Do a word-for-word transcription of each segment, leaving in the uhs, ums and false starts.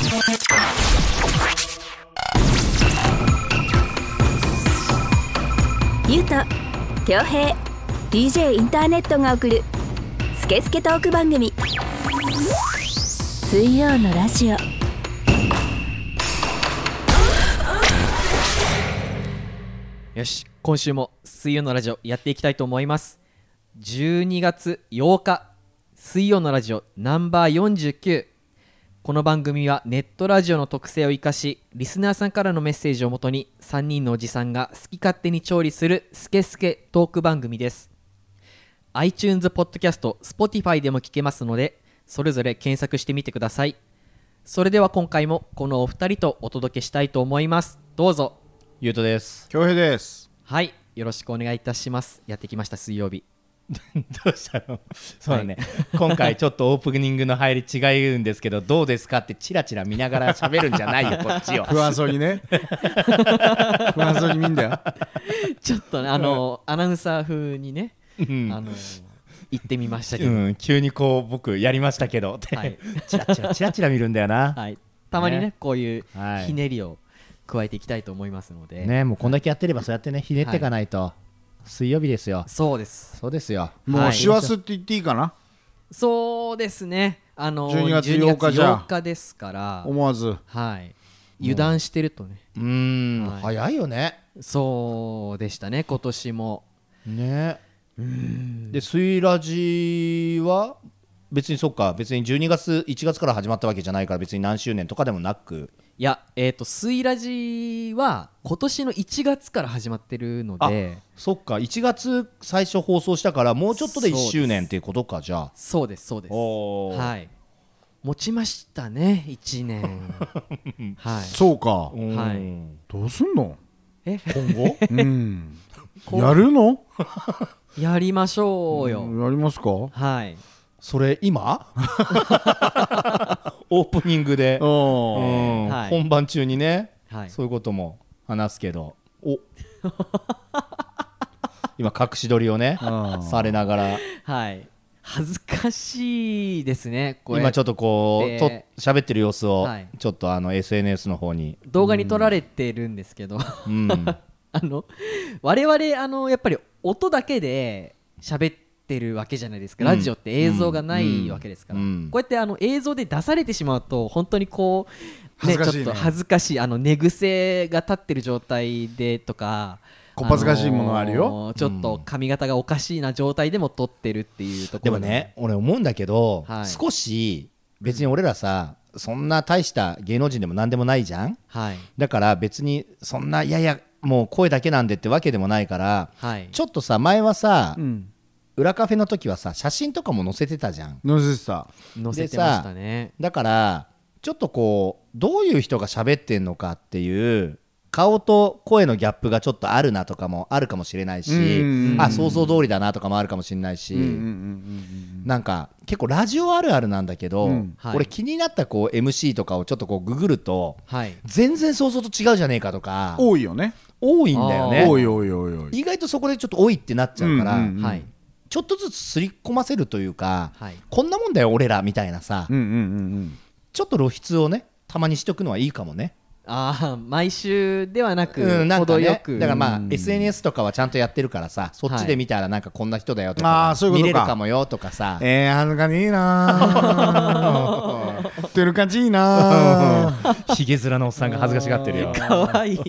ゆうと恭平 ディージェー インターネットが送るスケスケトーク番組、水曜のラジオ。 よし、今週も水曜のラジオやっていきたいと思います。じゅうにがつようか、水曜のラジオナンバーよんじゅうきゅう。この番組はネットラジオの特性を生かし、リスナーさんからのメッセージをもとにさんにんのおじさんが好き勝手に調理するスケスケトーク番組です。 iTunes ポッドキャスト、Spotify でも聞けますので、それぞれ検索してみてください。それでは今回もこのお二人とお届けしたいと思います。どうぞ。 ゆうとです。 恭平です。 はい、よろしくお願いいたします。やってきました水曜日。 どうしたの？そうだね、はい、今回ちょっとオープニングの入り違うんですけど、どうですかってチラチラ見ながら喋るんじゃないよこっちを。 不安そうにね不安そうに見んだよ。 ちょっとね、あのアナウンサー風にね、うん、あの言ってみましたけど、 うん、急にこう僕やりましたけどって、はい、チラチラチラチラ見るんだよな、 はい、たまに ね, ねこういうはいひねりを加えていきたいと思いますので、 ね、もうこんだけやってればそうやってねひねっていかないと、はい、水曜日ですよ。 そうですそうですよ。 もう師走って言っていいかな。 そうですね、あのじゅうにがつようかじゃじゅうにがつようかですから思わず、 はい、油断してるとね、 うーん、はい、早いよね。 そうでしたね今年もね。 うーんでスイラジは別にそっか、別にじゅうにがついちがつから始まったわけじゃないから、別に何周年とかでもなく、 いや、えーとスイラジは今年のいちがつから始まってるので、 あ、そっか、いちがつ最初放送したからもうちょっとでいっしゅうねんっていうことか。じゃあそうですそうです。 おはい、持ちましたねいちねんはい、 そうか、 はい、 どうすんのえ今後うんやるのやりましょうよ、 うん、やりますか。 はい、 それ今オープニングで、うんはい、 本番中にね、 はい、 そういうことも話すけど、お今隠し撮りをねされながら、 はい、恥ずかしいですねこれ。 今ちょっとこうと喋ってる様子を、 はい、 ちょっとあの エスエヌエス の方に動画に撮られてるんですけど、うん、あの我々あのやっぱり音だけで喋っててるわけじゃないですか、ラジオって映像がないわけですから、うんうん、こうやってあの映像で出されてしまうと本当にこう、ね、ちょっと恥ずかしい、あの寝癖が立ってる状態でとか、 こっぱずかしいものあるよ、 あのー、ちょっと髪型がおかしいな状態でも撮ってるっていうところ、 でもね、俺思うんだけど、はい、少し別に俺らさ、そんな大した芸能人でも何でもないじゃん、はい、だから別にそんないやいやもう声だけなんでってわけでもないから、はい、ちょっとさ前はさ、うん、裏カフェの時はさ写真とかも載せてたじゃん。 載せてた載せてましたね。 だからちょっとこうどういう人が喋ってんのかっていう顔と声のギャップがちょっとあるなとかもあるかもしれないし、あ、想像通りだなとかもあるかもしれないし、なんか結構ラジオあるあるなんだけど、うんはい、俺気になったこう エムシー とかをちょっとこうググると、はい、全然想像と違うじゃねえかとか多いよね。 多いんだよね。 多い多い多い多い。 意外とそこでちょっと多いってなっちゃうから、 うんうんうん、はい、 ちょっとずつすり込ませるというか、はい、こんなもんだよ俺らみたいなさ、うんうんうんうん、ちょっと露出をねたまにしとくのはいいかもね。 あ、毎週ではなく、 うん、なんかね、 程よく、 だからまあ エスエヌエス とかはちゃんとやってるからさ、そっちで見たらなんかこんな人だよとか、はい、あ、そういうことか見れるかもよとかさ、 えー、恥ずかしいなてる感じいいなひげ面のおっさんが恥ずかしがってるよ。 かわいい、うん、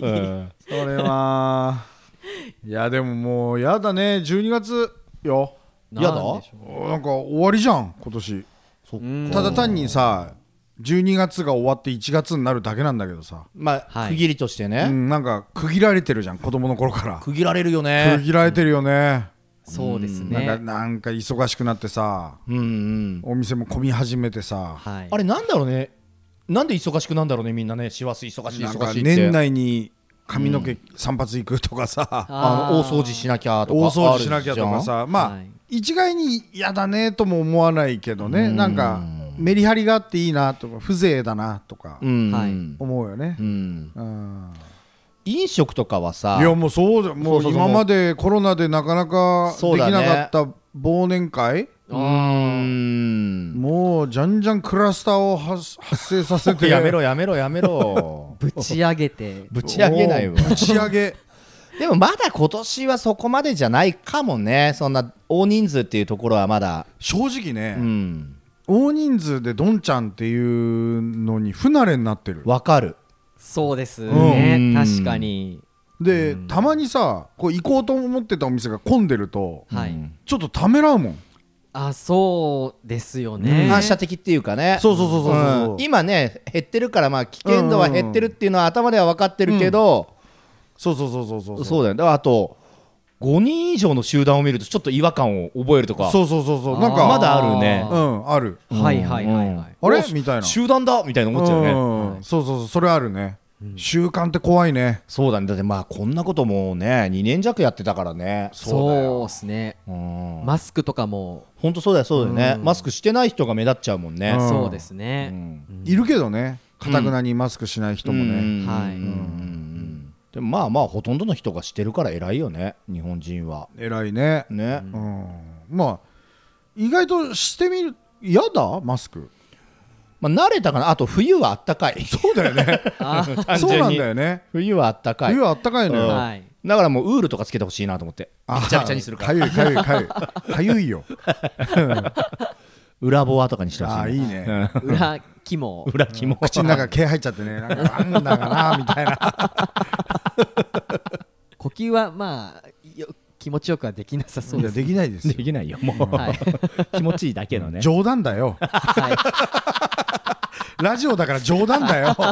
それはいやでももうやだね、じゅうにがつよ。 やだ、 なんか終わりじゃん今年。そっか、ただ単にさじゅうにがつが終わっていちがつになるだけなんだけどさ、 まあ、はい、区切りとしてね、 うん、なんか区切られてるじゃん、子供の頃から区切られるよね。 区切られてるよね、 うん、そうですね。 なんか、なんか忙しくなってさ、うんうん、お店も混み始めてさ、はい、 あれなんだろうね、なんで忙しくなんだろうねみんなね。師走忙しい忙しいって、 年内に髪の毛散髪行くとかさ、うん、 あの大掃除しなきゃとか、 大掃除しなきゃとかさ、まあ、はい、一概に嫌だねとも思わないけどね、うん、なんかメリハリがあっていいなとか、風情だなとか、うん、思うよね、うんうん、 飲食とかはさ、 いやもうそう、もう今までコロナでなかなかできなかった忘年会、 うーんもうじゃんじゃんクラスターを発発生させてやめろやめろやめろぶち上げてぶち上げないわぶち上げでもまだ今年はそこまでじゃないかもね。そんな大人数っていうところはまだ正直ね、 うん、 大人数でドンちゃんっていうのに不慣れになってる。 わかる。 そうですね、 うん、 確かに。 でたまにさこう行こうと思ってたお店が混んでると、 はい、 ちょっとためらうもん。 あ、そうですよね。 反射的っていうかね。 そうそうそうそうそう、 うん、今ね減ってるから、まあ危険度は減ってるっていうのは頭では分かってるけど、うん、 そうそうそうそうそうそうだよ。だからあとごにん以上の集団を見るとちょっと違和感を覚えるとか。 そうそうそうそう、なんかまだあるね。 うんある。 はいはいはいはい、うん、 あれみたいな集団だみたいな思っちゃうよね、 うんはい、そうそうそう、それあるね、うん、習慣って怖いね。 そうだね。だってまあこんなこともねにねん弱やってたからね。 そうですね、うん、マスクとかも本当そうだよそうだよね、うん、マスクしてない人が目立っちゃうもんね、 うん、そうですね、 うん、いるけどね、かたくなにマスクしない人もね、 うん、はい、うん、でもまあまあほとんどの人がしてるから偉いよね日本人は。 偉いね。 ね、 うん、まあ意外としてみる嫌だマスク。 まあ、慣れたかな。あと冬はあったかい。 そうだよねそうなんだよね。 冬はあったかい。 冬はあったかいのよ、 はい、 だからもうウールとかつけてほしいなと思って。びちゃびちゃにするから。 かゆいかゆいかゆいかゆいよ裏ボアとかにしてほしい。 あいいね裏肝裏肝口の中毛入っちゃってね、なんかなんだかなみたいな呼吸はまあよ気持ちよくはできなさそうです。 いやできないですよ。 できないよもう、はい、気持ちいいだけのね。 冗談だよ、はい、ラジオだから冗談だよ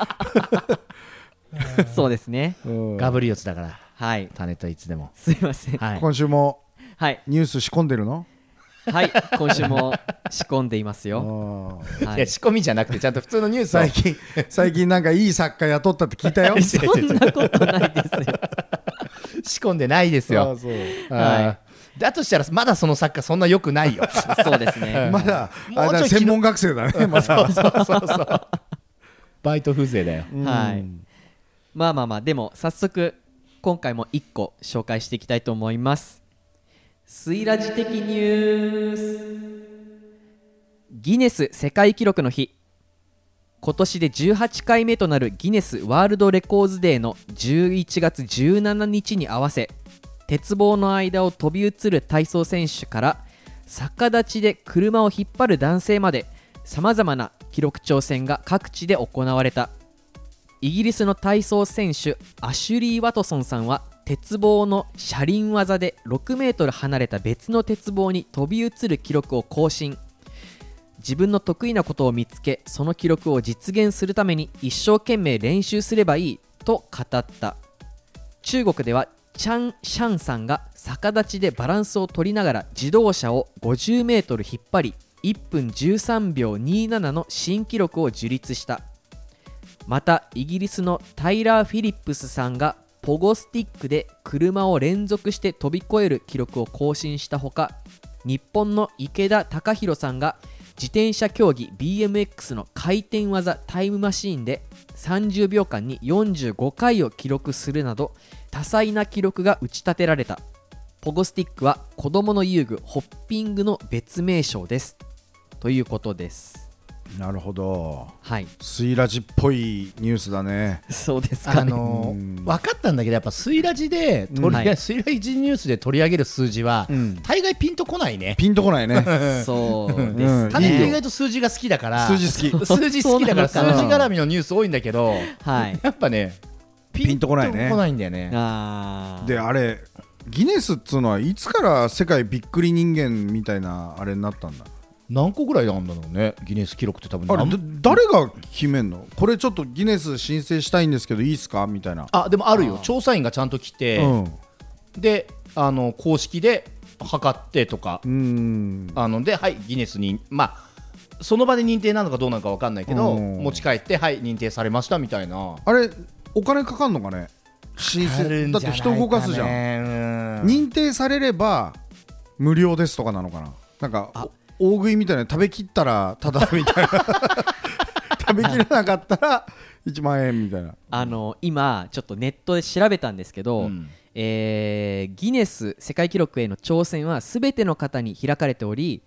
そうですね、 ガブリオツだから、 はい、 タネットいつでもすいません、 はい、今週もニュース仕込んでるの？ はい、今週も仕込んでいますよ、 はい、いや仕込みじゃなくてちゃんと普通のニュースを最近最近なんかいい作家雇ったって聞いたよそんなことないですよ仕込んでないですよ。 そうはい、だとしたらまだその作家そんな良くないよそうですねまだもうちょい専門学生だねまだそうそうそうそうバイト風情だよ、 はい、まあまあまあでも早速今回もいっこ紹介していきたいと思います。スイラジ的ニュース。ギネス世界記録の日。今年でじゅうはちかいめとなるギネスワールドレコーズデーのじゅういちがつじゅうしちにちに合わせ、鉄棒の間を飛び移る体操選手から逆立ちで車を引っ張る男性までさまざまな記録挑戦が各地で行われた。イギリスの体操選手アシュリー・ワトソンさんは鉄棒の車輪技でろくメートル離れた別の鉄棒に飛び移る記録を更新。自分の得意なことを見つけ、その記録を実現するために一生懸命練習すればいいと語った。中国ではチャン・シャンさんが逆立ちでバランスを取りながら自動車をごじゅうメートル引っ張りいっぷんじゅうさんびょうにじゅうななの新記録を樹立した。またイギリスのタイラー・フィリップスさんがポゴスティックで車を連続して飛び越える記録を更新したほか、日本の池田貴弘さんが自転車競技 ビーエムエックス の回転技タイムマシーンでさんじゅうびょうかんによんじゅうごかいを記録するなど多彩な記録が打ち立てられた。ポゴスティックは子どもの遊具ホッピングの別名称ですということです。 なるほど、 はい、 スイラジっぽいニュースだね。 そうですかね、 あのー、分かったんだけどやっぱスイラジで取り、うんはい、スイラジニュースで取り上げる数字は、うん、大概ピンとこないね。 ピンとこないねそうですね、うん、 タネット意外と数字が好きだから数字好き数字好きだから数字絡みのニュース多いんだけど、 はい、 やっぱねピンとこないね。 ピンとこないんだよね。 あであれギネスっつうのはいつから世界びっくり人間みたいなあれになったんだ。 何個ぐらいなんだろうねギネス記録って多分。 あれ誰が決めんの？これちょっとギネス申請したいんですけどいいっすかみたいな。 あでもあるよ、調査員がちゃんと来て、うん、であの公式で測ってとか、うーんあのではいギネスにまあその場で認定なのかどうなのか分かんないけど、持ち帰ってはい認定されましたみたいな。あれお金かかんのかね？申請だって人動かすじゃん。認定されれば無料ですとかなのかな。なんか大食いみたいな食べきったらただみたいな食べきれなかったらいちまんえんみたいな。 あの今ちょっとネットで調べたんですけど、うんえー、ギネス世界記録への挑戦は全ての方に開かれており、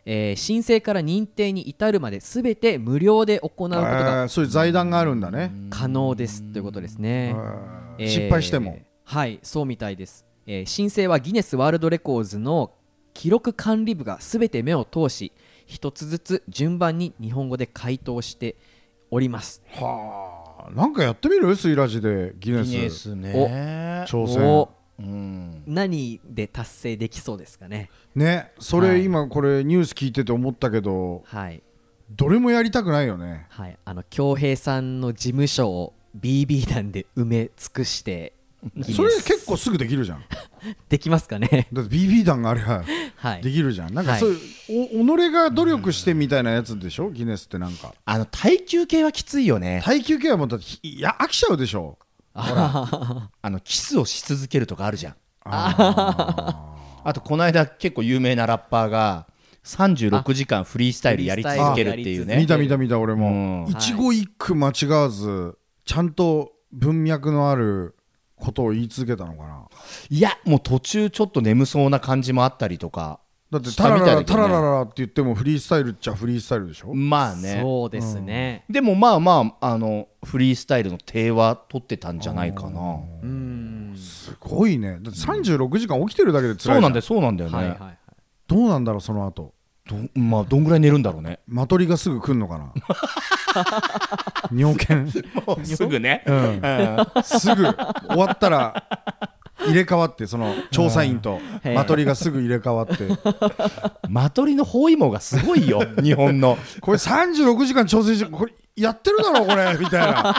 えー申請から認定に至るまで全て無料で行うことえがーそういう財団があるんだね。 可能ですということですね。 えー失敗しても。 はいそうみたいです、えー申請はギネスワールドレコーズの記録管理部が全て目を通し一つずつ順番に日本語で回答しております。 はあ、なんかやってみるスイラジでギネスギネスね挑戦おうん何で達成できそうですかね。 ね。それ、 はい今これニュース聞いてて思ったけど、 はいどれもやりたくないよね。 はいあの恭平さんの事務所を ビービー 弾で埋め尽くしてギネスそれ結構すぐできるじゃん。 できますかね。 だって ビービー 弾があればはいできるじゃん。なんかはいそういう、お己が努力してみたいなやつでしょ、ギネスってなんか。 あの耐久系はきついよね。 耐久系はもうだってひいや飽きちゃうでしょ。 あのキスをし続けるとかあるじゃん。 ああとこの間結構有名なラッパーがさんじゅうろくじかんフリースタイルやり続けるっていうーね。 見た見た見た俺も、 うん一語一句間違わずちゃんと文脈のあることを言い続けたのかな。 いやもう途中ちょっと眠そうな感じもあったりとか。 だってしたみタラララタたいだけどねラララって言ってもフリースタイルっちゃフリースタイルでしょ。 まあね。 そうですね。 でもまあまああのフリースタイルの手は取ってたんじゃないかな。 うんすごいね。だってさんじゅうろくじかん起きてるだけで辛いじゃん。 そうなんだよそうなんだよね。 はいはいはい。 どうなんだろうその後。 どまあどんぐらい寝るんだろうね。 マトリがすぐ来んのかな。尿検、 すぐね。 うん、 うんすぐ終わったら入れ替わってその調査員とへえマトリがすぐ入れ替わってマトリの包囲網がすごいよ日本の。 これさんじゅうろくじかん調整してこれやってるだろこれみたいな。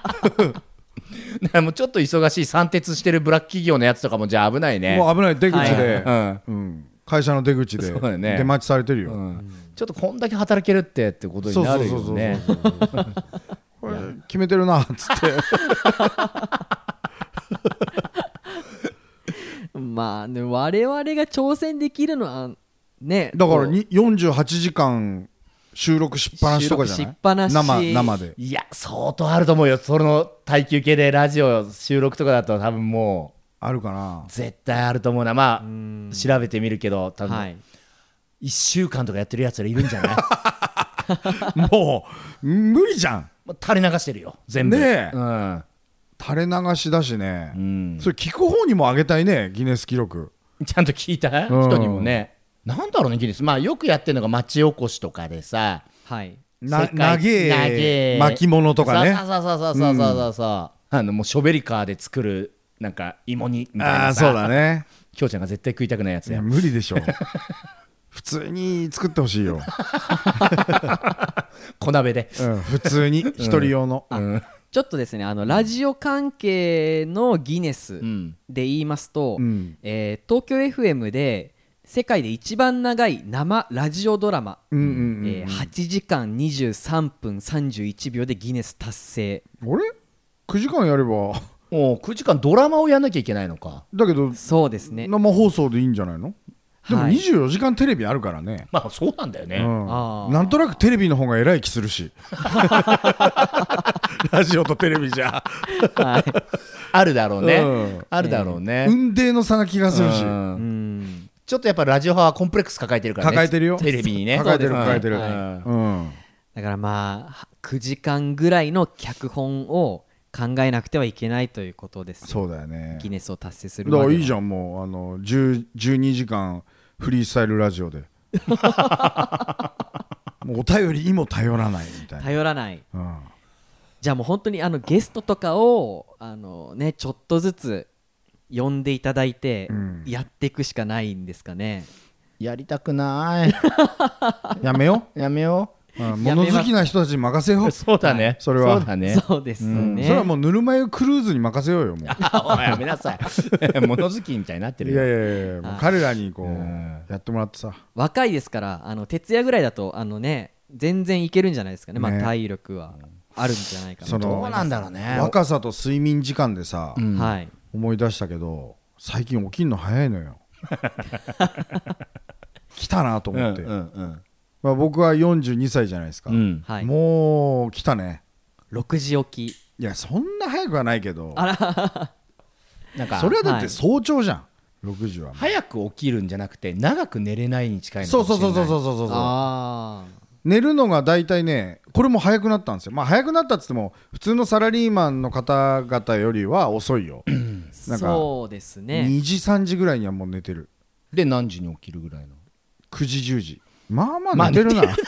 もうちょっと忙しい三徹してるブラック企業のやつとかもじゃあ危ないね。 もう危ない出口で、 うんうん、会社の出口でそうだよね出待ちされてるよ、 うんちょっとこんだけ働けるってってことになるよね。 これ決めてるなっつってまあね我々が挑戦できるのはねだからこうによんじゅうはちじかん収録しっぱなしとかじゃない。 収録しっぱなし生生でいや相当あると思うよ。その耐久系でラジオ収録とかだと多分もあるかなう。絶対あると思うな。まんあ調べてみるけど多分、 はいいっしゅうかんとかやってるやつらいるんじゃないもう無理じゃん。 もう垂れ流してるよ全部。 ねえうん垂れ流しだしね、 うんそれ聞く方にもあげたいねギネス記録。 ちゃんと聞いた人にもね、なんだろうねギネス。まあよくやってるのが町おこしとかでさ、 はいな世界長え巻物とかね。 そうそうそうそうそうそうそうそう、あのもうショベリカーで作るなんか芋煮みたいあなさ。 あそうだね。 きょうちゃんが絶対食いたくないやつや。 いや無理でしょ普通に作ってほしいよ、 小鍋で、 うん、普通に一人用の、 うんちょっとですねあのラジオ関係のギネスうんで言いますと、 うんえー東京 エフエム で世界で一番長い生ラジオドラマ、 うんうんうんえーはちじかんにじゅうさんぷんさんじゅういちびょうでギネス達成。 あれくじかんやればもうくじかんドラマをやんなきゃいけないのか。 だけどそうですね生放送でいいんじゃないの。でもはいにじゅうよじかんテレビあるからね、 まあそうなんだよね、 うんあーなんとなくテレビの方が偉い気するしラジオとテレビじゃ、 はいあるだろうね、 うんあるだろうね、 運命の差な気がするし、 うんうんちょっとやっぱラジオ派はコンプレックス抱えてるからね。 抱えてるよテレビにね抱えてるうん抱えてる、 うんうんだからまあくじかんぐらいの脚本を考えなくてはいけないということです。 そうだよね。 ギネスを達成するだまではからいいじゃんもうあのじゅう、じゅうにじかんフリースタイルラジオでもうお便りにも頼らないみたいな、 頼らない。 うん、 じゃあもう本当にあのゲストとかをあのねちょっとずつ呼んでいただいてうんやっていくしかないんですかね。 やりたくないやめよやめよう、うん、物好きな人たちに任せよううそうだね、 それはそうだねそうですうんね。 それはもうぬるま湯クルーズに任せようよもうあおいやめなさい物好きみたいになってるよいやいやいやもう彼らにこううんやってもらってさ若いですからあの徹夜ぐらいだとあのね全然いけるんじゃないですかね。まあね体力はあるんじゃないかなそのと思います。 どうなんだろうね若さと睡眠時間でさ、 うんはい。 思い出したけど最近起きんの早いのよ来たなとうん思って、 うんうんまあ、僕はよんじゅうにさいじゃないですか、 うんはい。 もう来たね。 ろくじ起き。 いやそんな早くはないけどあらなんかそれはだってはい早朝じゃん、 ろくじは早く起きるんじゃなくて長く寝れないに近いのかそうもしれない。 そうそうそうそうそうそうあ寝るのが大体ねこれも早くなったんですよ。まあ早くなったっつっても普通のサラリーマンの方々よりは遅いよなんかそうですね。 にじさんじにはもう寝てる。 で何時に起きるぐらいの？ くじじゅうじまあまあ寝てるな、まあ、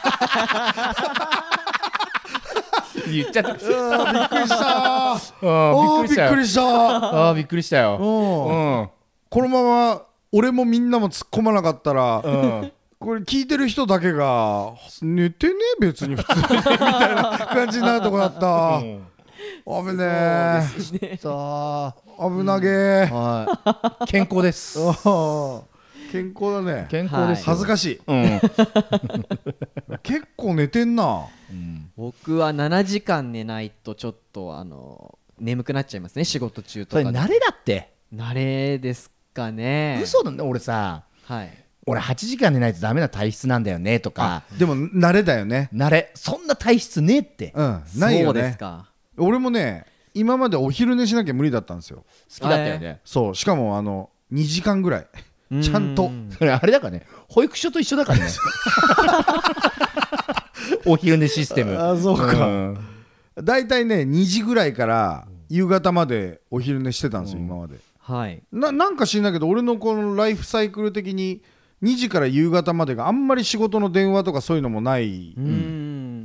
言っちゃった。 びっくりしたあーびっくりしたあーびっくりしたよ。 うんこのまま俺もみんなも突っ込まなかったら、うん、これ聞いてる人だけが寝てね別に普通にみたいな感じになるとこだった、うん、危ねえそうですね。さあ危なげえ、 うん、はい健康です健康だね。 健康です、 恥ずかしい、うん、結構寝てんな、 うん、僕はななじかん寝ないとちょっとあの眠くなっちゃいますね仕事中とか。 それ慣れだって。 慣れですかね。 嘘だね。俺さ、はい、俺はちじかん寝ないとダメな体質なんだよねとか。 でも慣れだよね。 慣れ。そんな体質ねえって、 うん、ないよね。 そうですか。 俺もね今までお昼寝しなきゃ無理だったんですよ。 好きだったよね、えー、 そうしかもあのにじかんぐらいちゃんと。 それあれだからね保育所と一緒だからねお昼寝システム。 あそうか、うん、だいたいねにじぐらいから夕方までお昼寝してたんですよ、うん、今まで、はい、な, なんか知んないけど俺のこのライフサイクル的ににじから夕方までがあんまり仕事の電話とかそういうのもない、うん、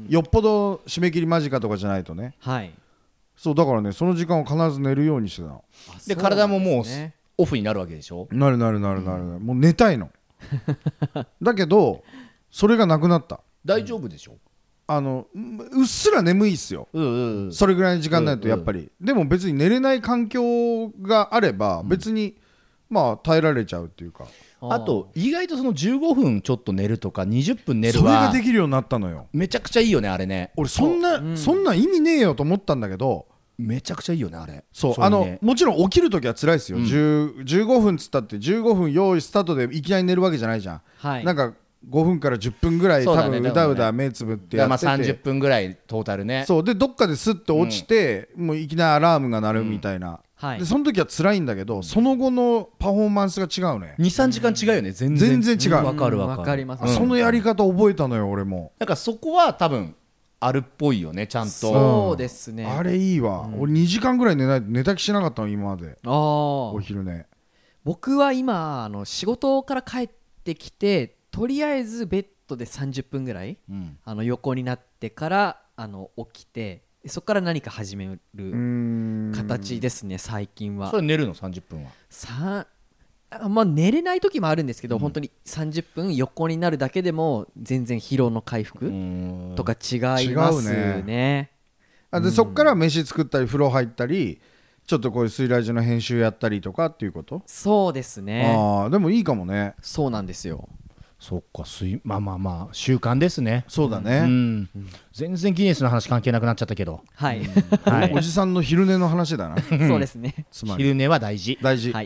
よっぽど締め切り間近とかじゃないとね、はい、そうだからねその時間を必ず寝るようにしてたの。 で体ももうオフになるわけでしょ。 なるなるなるなる、うん、もう寝たいのだけどそれがなくなった。 大丈夫でしょ。 あのうっすら眠いっすよ、うんうんうん、それぐらいの時間になるとやっぱり、うんうん、でも別に寝れない環境があれば別に、うん、まあ耐えられちゃうっていうか。 あと意外とそのじゅうごふんちょっと寝るとかにじゅっぷん寝るはそれができるようになったのよ。めちゃくちゃいいよねあれね。 俺そんな、うん、そんな意味ねえよと思ったんだけどめちゃくちゃいいよねあれ。 そうあのもちろん起きるときは辛いですよ、うん、じゅう、じゅうごふんつったってじゅうごふん用意スタートでいきなり寝るわけじゃないじゃん、はい、なんかごふんからじゅっぷんぐらい多分うだうだ目つぶってやってて、 まあさんじゅっぷんぐらいトータルね。 そうでどっかでスッと落ちて、うん、もういきなりアラームが鳴るみたいな、うんはい、でその時は辛いんだけど、うん、その後のパフォーマンスが違うね。 にさんじかん違うよね。全然全然違う。 わかるわかる。 わかります、 うん、そのやり方覚えたのよ俺も。 なんかそこは多分あるっぽいよねちゃんと。 そうですね、 あれいいわ、うん、俺にじかんぐらい寝ないと寝た気しなかったの今まで。あお昼寝。 僕は今あの仕事から帰ってきてとりあえずベッドでさんじゅっぷんぐらい、うん、あの横になってからあの起きてそこから何か始める形ですね最近は。 それ寝るのさんじゅっぷんはさまあ、寝れない時もあるんですけど、うん、本当にさんじゅっぷん横になるだけでも全然疲労の回復とか違いますね。ねあで、うん、そっから飯作ったり風呂入ったりちょっとこういう水ラジの編集やったりとかっていうこと。 そうですね。 あでもいいかもね。 そうなんですよ。 そっか水まあまあまあ習慣ですね。 そうだね、 うんうん、全然ギネスの話関係なくなっちゃったけど、 はい、うんはい、おじさんの昼寝の話だなそうですね。 つまり昼寝は大事大事、 はい、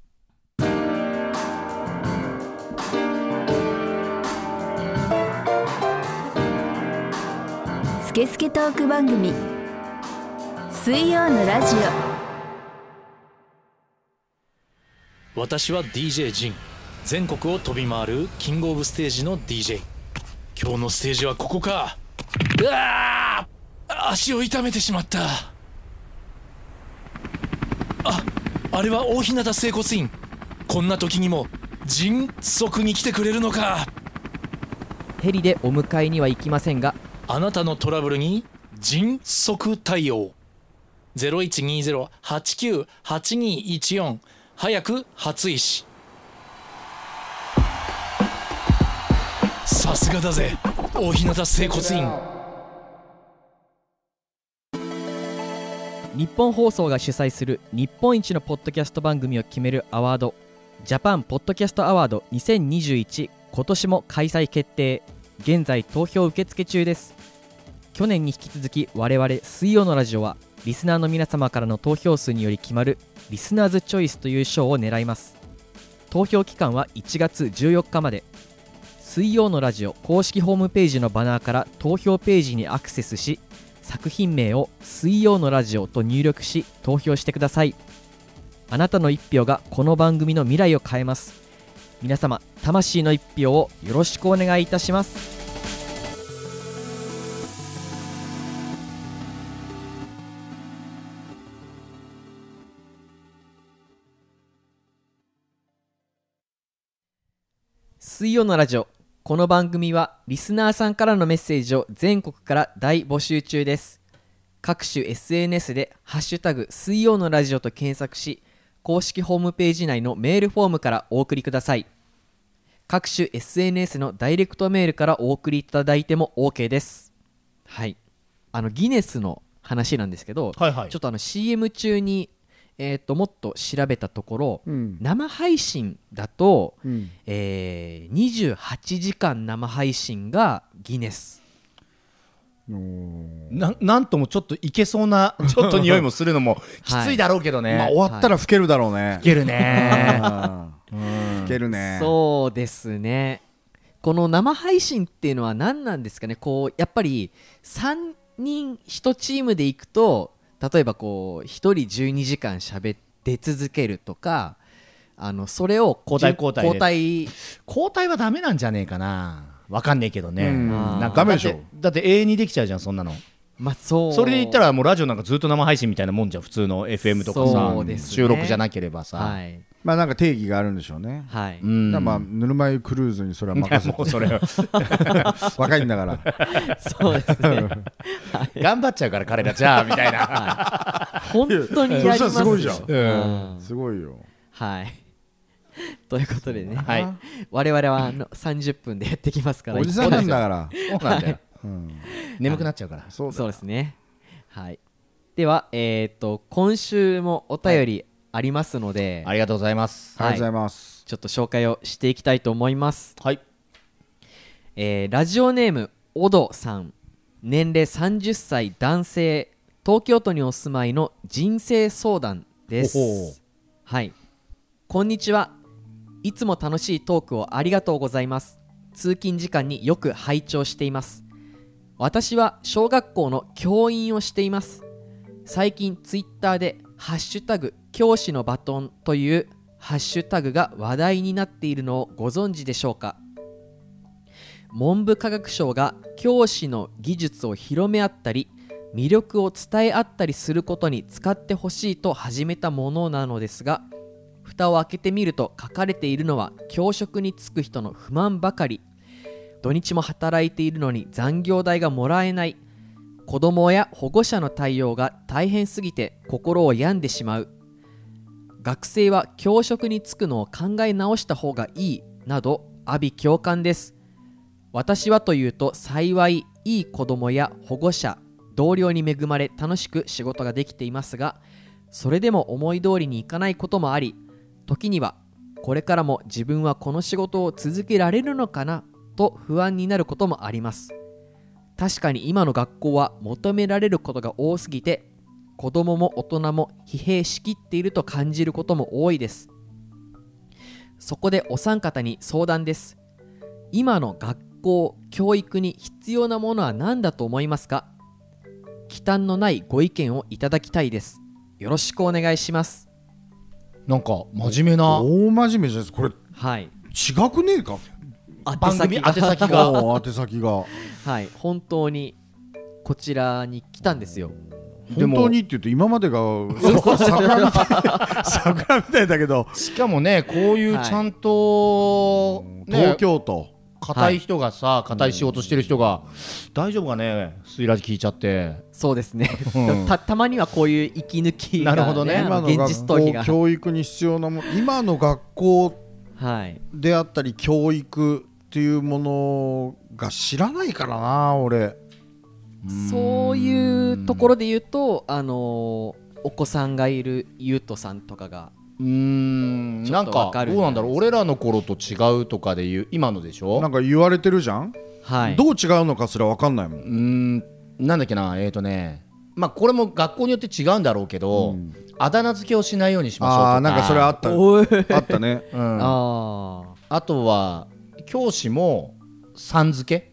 スケスケトーク番組水曜のラジオ。私は ディージェー ジン、全国を飛び回るキングオブステージの ディージェー。 今日のステージはここか。うわー足を痛めてしまった。あ、あれは大日向整骨院。こんな時にも迅速に来てくれるのか。 ヘリでお迎えには行きませんがあなたのトラブルに迅速対応。 ゼロいちにゼロ はちきゅう はちにいちよん 早く初医師。さすがだぜ大日向整骨院。 日本放送が主催する日本一のポッドキャスト番組を決めるアワード、ジャパンポッドキャストアワードにせんにじゅういち、今年も開催決定。現在投票受付中です。去年に引き続き我々水曜のラジオはリスナーの皆様からの投票数により決まるリスナーズチョイスという賞を狙います。投票期間はいちがつじゅうよっかまで。水曜のラジオ公式ホームページのバナーから投票ページにアクセスし、作品名を水曜のラジオと入力し投票してください。 あなたの一票がこの番組の未来を変えます。皆様、魂の一票をよろしくお願いいたします。水曜のラジオ、この番組はリスナーさんからのメッセージを全国から大募集中です。各種 エスエヌエス でハッシュタグ水曜のラジオと検索し、公式ホームページ内のメールフォームからお送りください。各種 エスエヌエス のダイレクトメールからお送りいただいても OK です。はい、あのギネスの話なんですけど、 はいはい、 ちょっとあの シーエム 中にえー、ともっと調べたところ、うん、生配信だと、うんえー、にじゅうはちじかん生配信がギネス。 な, なんともちょっといけそうなちょっと匂いもするのもきついだろうけどね、 はいまあ、終わったら老けるだろうね、 はい、老けるね老けるね。 そうですね。この生配信っていうのは何なんですかね。こうやっぱりさんにんいちチームでいくと、例えばこうひとりじゅうにじかん喋って続けるとか、あのそれを交代交代で交代交代はダメなんじゃねえかな。わかんねえけどね。うんなんかダメでしょ。 だって、だって永遠にできちゃうじゃんそんなの。 まあ、そうそれで言ったらもうラジオなんかずっと生配信みたいなもんじゃん。普通の エフエム とかさ、ね、収録じゃなければさ、 はい、 まあなんか定義があるんでしょうね。 はい。 うん、だまあぬるま湯クルーズにそれは任せて。もうそれ若いんだから。 そうですね。 はい、頑張っちゃうから彼らじゃあみたいな。 はい、本当にやりますよ。 すごいじゃん。 うん、 すごいよ。 はい。ということでね、 はい、 我々はあのさんじゅっぷんでやってきますから。 おじさんなんだから。 そうなんだよ。うん、眠くなっちゃうから。 そうですね。はい。では、えー、と今週もお便りありますので、 はい、ありがとうございます。 ありがとうございます。 ちょっと紹介をしていきたいと思います。 はい。 えー、ラジオネームおどさん、年齢さんじゅっさい男性、東京都にお住まいの人生相談です。はい。こんにちは。いつも楽しいトークをありがとうございます。通勤時間によく拝聴しています。私は小学校の教員をしています。最近ツイッターでハッシュタグ教師のバトンというハッシュタグが話題になっているのをご存知でしょうか。文部科学省が教師の技術を広め合ったり魅力を伝え合ったりすることに使ってほしいと始めたものなのですが、蓋を開けてみると書かれているのは教職に就く人の不満ばかり。土日も働いているのに残業代がもらえない、子供や保護者の対応が大変すぎて心を病んでしまう、学生は教職に就くのを考え直した方がいいなど阿鼻共感です。私はというと幸いいい子供や保護者、同僚に恵まれ楽しく仕事ができていますが、それでも思い通りにいかないこともあり、時にはこれからも自分はこの仕事を続けられるのかなと不安になることもあります。確かに今の学校は求められることが多すぎて、子供も大人も疲弊しきっていると感じることも多いです。そこでお三方に相談です。今の学校、教育に必要なものは何だと思いますか？忌憚のないご意見をいただきたいです。よろしくお願いします。 なんか真面目な、 大真面目じゃないですかこれ。 はい。 違くねえか。 番組宛先が宛先がはい、本当にこちらに来たんですよ。 本当にって言うと今までが桜みたい桜みたいだけど、 しかもねこういうちゃんと、 はいね、東京都硬い人がさ、硬い仕事してる人が大丈夫かね、スイラジ聞いちゃって。 そうですね、うん、た, たまにはこういう息抜きが、ね、 なるほどね、 今の現実逃避が教育に必要なもの、今の学校であったり教育っていうものが知らないからな俺。 そういうところで言うと、あのー、お子さんがいるゆうとさんとかがうーんなんかどうなんだろう、俺らの頃と違うとかで言う今のでしょ。 なんか言われてるじゃん、 はい、 どう違うのかすら分かんないもん。 うーんなんだっけな、えーとねまあこれも学校によって違うんだろうけど、うん、あだ名付けをしないようにしましょうとか。 あなんかそれあったあったね、 うん、ああとは教師もさん付け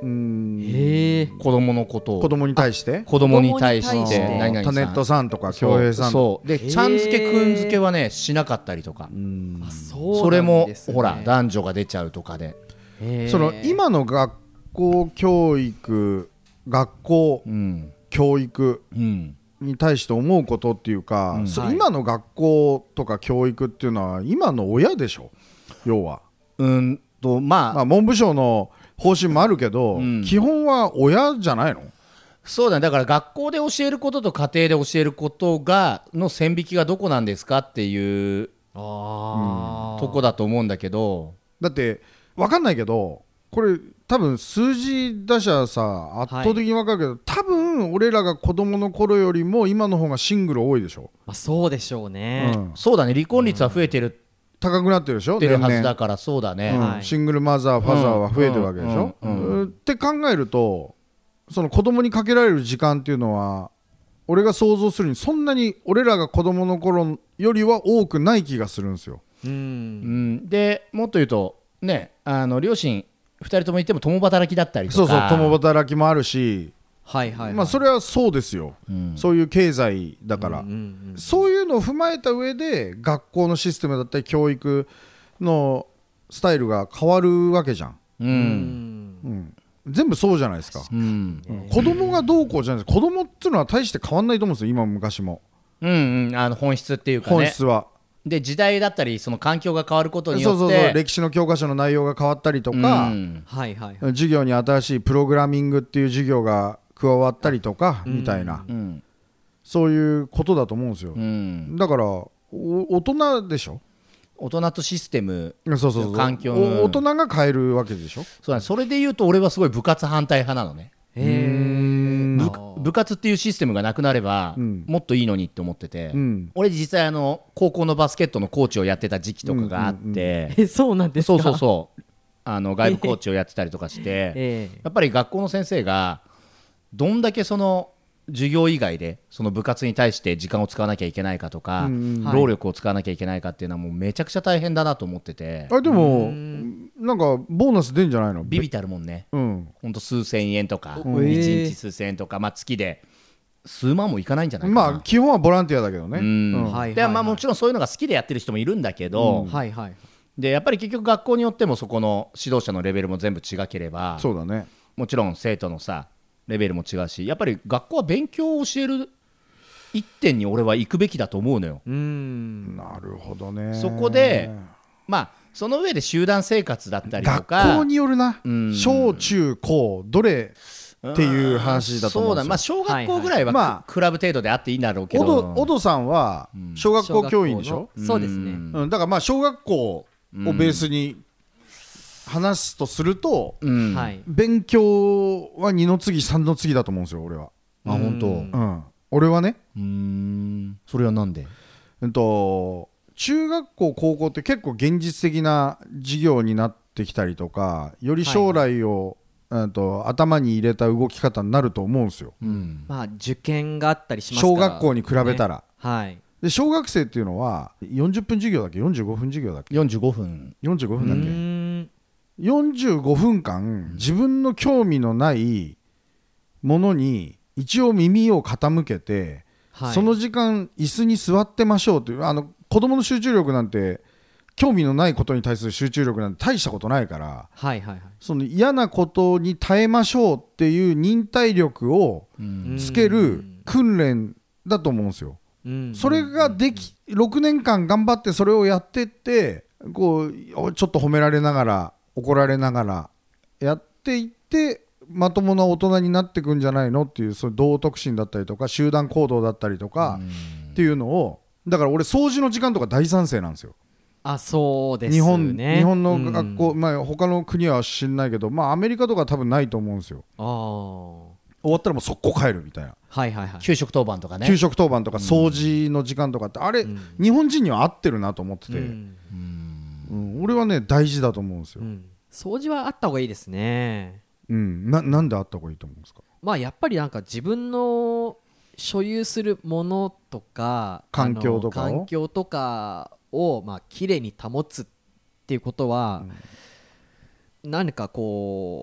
うーんへえ。 子供のことを子供に対して子供に対し子供に対してて何々さんタネットさんとかそう恭平さんとかそうでへーちゃん付けくん付けはねしなかったりとかうんあ、そうそれもなんですねほら男女が出ちゃうとかでへーその今の学校教育学校うん教育うんに対して思うことっていうか、 うんはいそ今の学校とか教育っていうのは今の親でしょ要は、 うんとまあ、 まあ、文部省の方針もあるけど、 うん基本は親じゃないの。 そうだねだから学校で教えることと家庭で教えることがの線引きがどこなんですかっていうあーとこだと思うんだけどだって分かんないけどこれ多分数字出しゃさ圧倒的に分かるけど、多分俺らが子供の頃よりも今の方がシングル多いでしょ、 まあ、そうでしょうね、 うんそうだね離婚率は増えてる高くなってるでしょってるはず年々 だからそうだね、 うんはいシングルマザーファザーは増えてるわけでしょ、 うんうんうんうんって考えるとその子供にかけられる時間っていうのは俺が想像するにそんなに俺らが子供の頃よりは多くない気がするんですよ。 うんうん、でもっと言うとねあの両親ふたりともいても共働きだったりとかそうそう共働きもあるし、 はいはい、はい、 まあそれはそうですよ、 うんそういう経済だから、 うんうんうんそういうのを踏まえた上で学校のシステムだったり教育のスタイルが変わるわけじゃん、 ううんんうん、全部そうじゃないですか、 うんうん子供がどうこうじゃないです子供っていうのは大して変わんないと思うんですよ今も昔もうんうんあの本質っていうかね本質は、 で時代だったりその環境が変わることにそうそうよってそう歴史の教科書の内容が変わったりとか、 うんはいはい授業に新しいプログラミングっていう授業が加わったりとかみたいな、 うんそういうことだと思うんですよ、 うんだからお大人でしょ大人とシステムそうそうそう環境お大人が変えるわけでしょそうだねそれで言うと俺はすごい部活反対派なのねへえ部部活っていうシステムがなくなれば、 うんもっといいのにって思ってて、 うん俺実際あの高校のバスケットのコーチをやってた時期とかがあって、 えそうなんですかそうそうそうあの外部コーチをやってたりとかしてええやっぱり学校の先生がどんだけその授業以外でその部活に対して時間を使わなきゃいけないかとか、 うんうん労力を使わなきゃいけないかっていうのはもうめちゃくちゃ大変だなと思ってて、 あでもうんなんかボーナス出んじゃないのビビたるもんねうんほんと数千円とか、 うんいちにち数千円とか、まあ、月で数万もいかないんじゃないかな、 まあ基本はボランティアだけどね、 うんうんはいはいはいでまあ、もちろんそういうのが好きでやってる人もいるんだけど、 うんはいはいでやっぱり結局学校によってもそこの指導者のレベルも全部違ければそうだねもちろん生徒のさレベルも違うしやっぱり学校は勉強を教える一点に俺は行くべきだと思うのよ。 うんなるほどねそこでまあその上で集団生活だったりと学か校によるな、 うん小中高どれっていう話だと思うんですよそうだまあ小学校ぐらいはいはいまあはクラブ程度であっていいんだろうけおど、 どおどさんは小学校教員でしょ、 小学校のそうですねうんうん、だからまあ小学校をベースに話すとすると、 うんはい勉強は二の次三の次だと思うんですよ俺は、 あ本当ううんうん、俺はね、 ーんそれはなんでうん、と中学校高校って結構現実的な授業になってきたりとかより将来を、うん、と頭に入れた動き方になると思うんですようんまあ受験があったりしますから小学校に比べたら、 ねはいで小学生っていうのはよんじゅっぷん授業だっけよんじゅうごふん授業だっけよんじゅうごふんよんじゅうごふんだっうけーんよんじゅうごふんかん自分の興味のないものに一応耳を傾けて、 はいその時間椅子に座ってましょうというあの子供の集中力なんて興味のないことに対する集中力なんて大したことないからはいはいはいその嫌なことに耐えましょうっていう忍耐力をうんつける訓練だと思うんですよ。 うんそれができろくねんかん頑張ってそれをやってってこうちょっと褒められながら怒られながらやっていってまともな大人になっていくんじゃないのっていうそういう道徳心だったりとか集団行動だったりとかっていうのをだから俺掃除の時間とか大賛成なんですよ。 あそうですね日本日本の学校、 うんまあ他の国は知んないけどまあアメリカとか多分ないと思うんですよ。 あー終わったらもう速攻帰るみたいな、 はいはいはい給食当番とかね給食当番とか掃除の時間とかってあれ、 うん日本人には合ってるなと思ってて、 うんうん、俺はね大事だと思うんですよ、 うん掃除はあった方がいいですねうん、な, なんであった方がいいと思うんですか。 まあやっぱりなんか自分の所有するものとか環境とかをあの環境とかをまあ綺麗に保つっていうことは、何かこう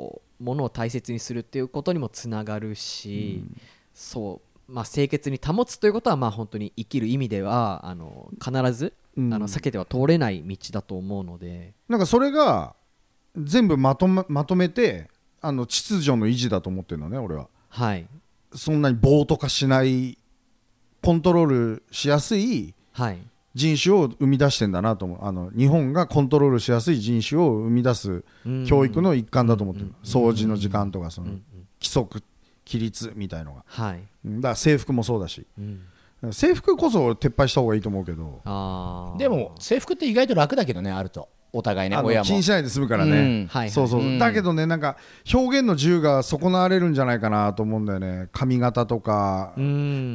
ものを大切にするっていうことにもつながるし、うん、そうまあ、清潔に保つということはまあ本当に生きる意味ではあの必ず、うん、あの避けては通れない道だと思うので、 なんかそれが全部まとめ、まとめてあの秩序の維持だと思ってるのね俺は。 はい、 そんなに暴徒化しないコントロールしやすい人種を生み出してんだなと思う。あの日本がコントロールしやすい人種を生み出す教育の一環だと思ってる。掃除の時間とかその規則規律みたいのが、はい、だから制服もそうだし、うん、制服こそ撤廃した方がいいと思うけど、 あでも制服って意外と楽だけどね、あるとお互いね、親も気にしないで済むからね、うん、そうそう、うん、だけどねなんか表現の自由が損なわれるんじゃないかなと思うんだよね。髪型とか、うん、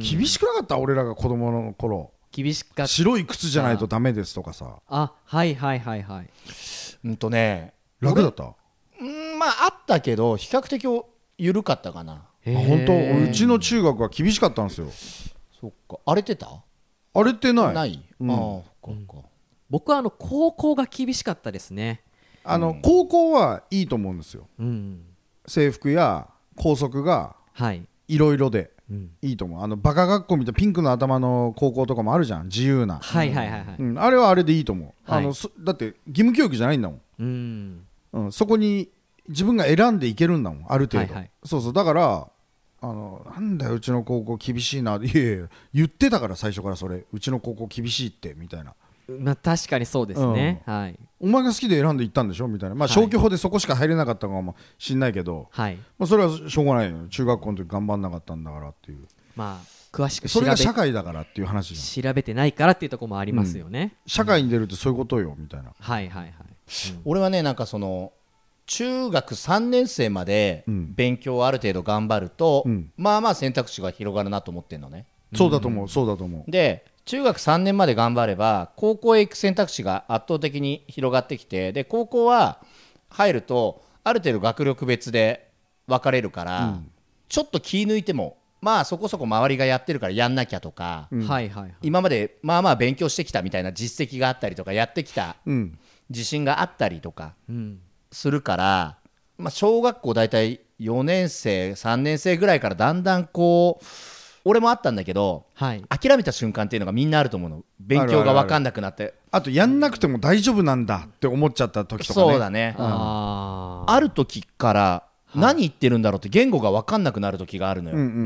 厳しくなかった？俺らが子供の頃厳しかった。 白い靴じゃないとダメですとかさ。 あ、はいはいはいはい。 うんとね楽だった？ うんまああったけど比較的緩かったかな。 あ本当？うちの中学は厳しかったんですよ。 そっか。荒れてた？ 荒れてない。 ない。うん、ああそっか、うん、 僕はあの高校が厳しかったですね。 あの、うん、高校はいいと思うんですよ、うん、制服や校則がいろいろでいいと思う。あのバカ学校みたいなピンクの頭の高校とかもあるじゃん、自由な、 はいはいはいはい、 うん、あれはあれでいいと思う、はい、あのだって義務教育じゃないんだもん、うんうん、そこに自分が選んでいけるんだもん、ある程度、はいはい、そうそう。だからあのなんだようちの高校厳しいな、いやいや言ってたから最初から、それうちの高校厳しいってみたいな。 まあ、確かにそうですね、うんはい、 お前が好きで選んでいったんでしょみたいな、まあ、消去法でそこしか入れなかったかもしんないけど、はいまあ、それはしょうがないよ、中学校の時頑張んなかったんだからっていう、 まあ、詳しく調べそれが社会だからっていう話じゃん。調べてないからっていうところもありますよね、 うん、社会に出るってそういうことよみたいな、 はいはいはい、 うん、俺はねなんかその中学さんねん生まで勉強をある程度頑張ると、うん、まあまあ選択肢が広がるなと思ってんのね、 うん、そうだと思うそうだと思う。 で中学さんねんまで頑張れば高校へ行く選択肢が圧倒的に広がってきて、で高校は入るとある程度学力別で分かれるから、うん、ちょっと気抜いてもまあそこそこ周りがやってるからやんなきゃとか、うんはいはいはい、今までまあまあ勉強してきたみたいな実績があったりとかやってきた自信があったりとかするから、まあ、小学校だいたいよねん生さんねん生ぐらいからだんだんこう俺もあったんだけど、はい、諦めた瞬間っていうのがみんなあると思うの。勉強が分かんなくなって、 あ, るあ, るあ, るあとやんなくても大丈夫なんだって思っちゃった時とかね。 そうだね、うん、あ, ある時から何言ってるんだろうって言語が分かんなくなる時があるのよ、うんうんうんうん、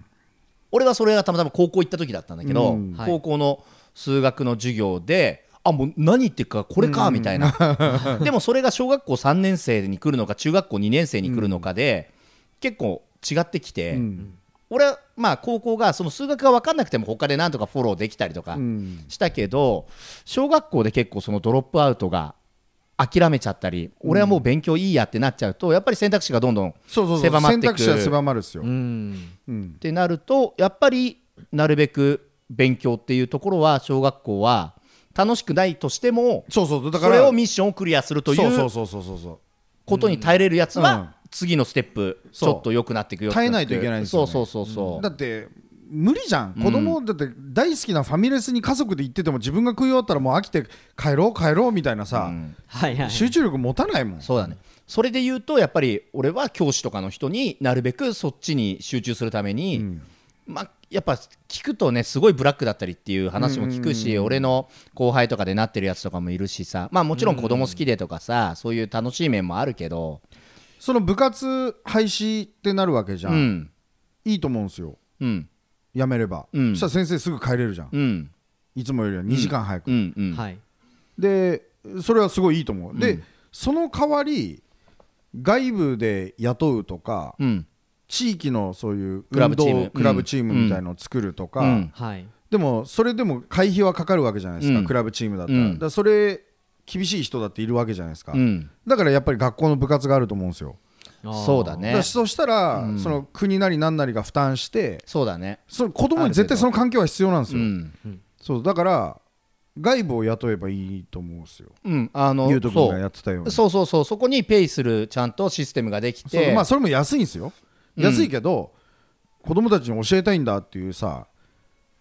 俺はそれがたまたま高校行った時だったんだけど、うん、高校の数学の授業であもう何言ってるかこれかみたいな、うんうん、でもそれが小学校さんねん生に来るのか中学校にねん生に来るのかで、うん、結構違ってきて、うん俺はまあ高校がその数学が分かんなくても他でなんとかフォローできたりとかしたけど、小学校で結構そのドロップアウトが諦めちゃったり、俺はもう勉強いいやってなっちゃうとやっぱり選択肢がどんどん狭まっていく。そうそうそう選択肢は狭まるっすよ、 うんうん、ってなるとやっぱりなるべく勉強っていうところは小学校は楽しくないとしてもそうそうだからそれをミッションをクリアするということに耐えれるやつは、うん次のステップちょっと良くなっていくよ耐えないといけないんですよね。 そうそうそうそう、 うん、だって無理じゃん子供、うん、だって大好きなファミレスに家族で行ってても自分が食い終わったらもう飽きて帰ろう帰ろうみたいなさ、うんはいはい、集中力持たないもん。 そうだね。それで言うとやっぱり俺は教師とかの人になるべくそっちに集中するために、うんまあ、やっぱ聞くとねすごいブラックだったりっていう話も聞くし、うんうんうん、俺の後輩とかでなってるやつとかもいるしさ、まあもちろん子供好きでとかさ、うん、そういう楽しい面もあるけどその部活廃止ってなるわけじゃん、うん、いいと思うんですよ、うん、やめれば、うん、そしたら先生すぐ帰れるじゃん、うん、いつもよりはにじかん早く、うんうんうん、でそれはすごいいいと思う、うん、でその代わり外部で雇うとか、うん、地域のそういうクラブチームクラブチームみたいのを作るとか、うんうんはい、でもそれでも会費はかかるわけじゃないですか、うん、クラブチームだったら、うん、だからそれ厳しい人だっているわけじゃないですか、うん、だからやっぱり学校の部活があると思うんですよ。 そうだね。 だそしたら、うん、その国なり何なりが負担してそうだねその子供に絶対その環境は必要なんですよ、うんうん、そうだから外部を雇えばいいと思うんですよ、うん、あのゆうとくんがやってたようにそうそうそうそこにペイするちゃんとシステムができてそう、まあ、それも安いんですよ安いけど、うん、子供たちに教えたいんだっていうさ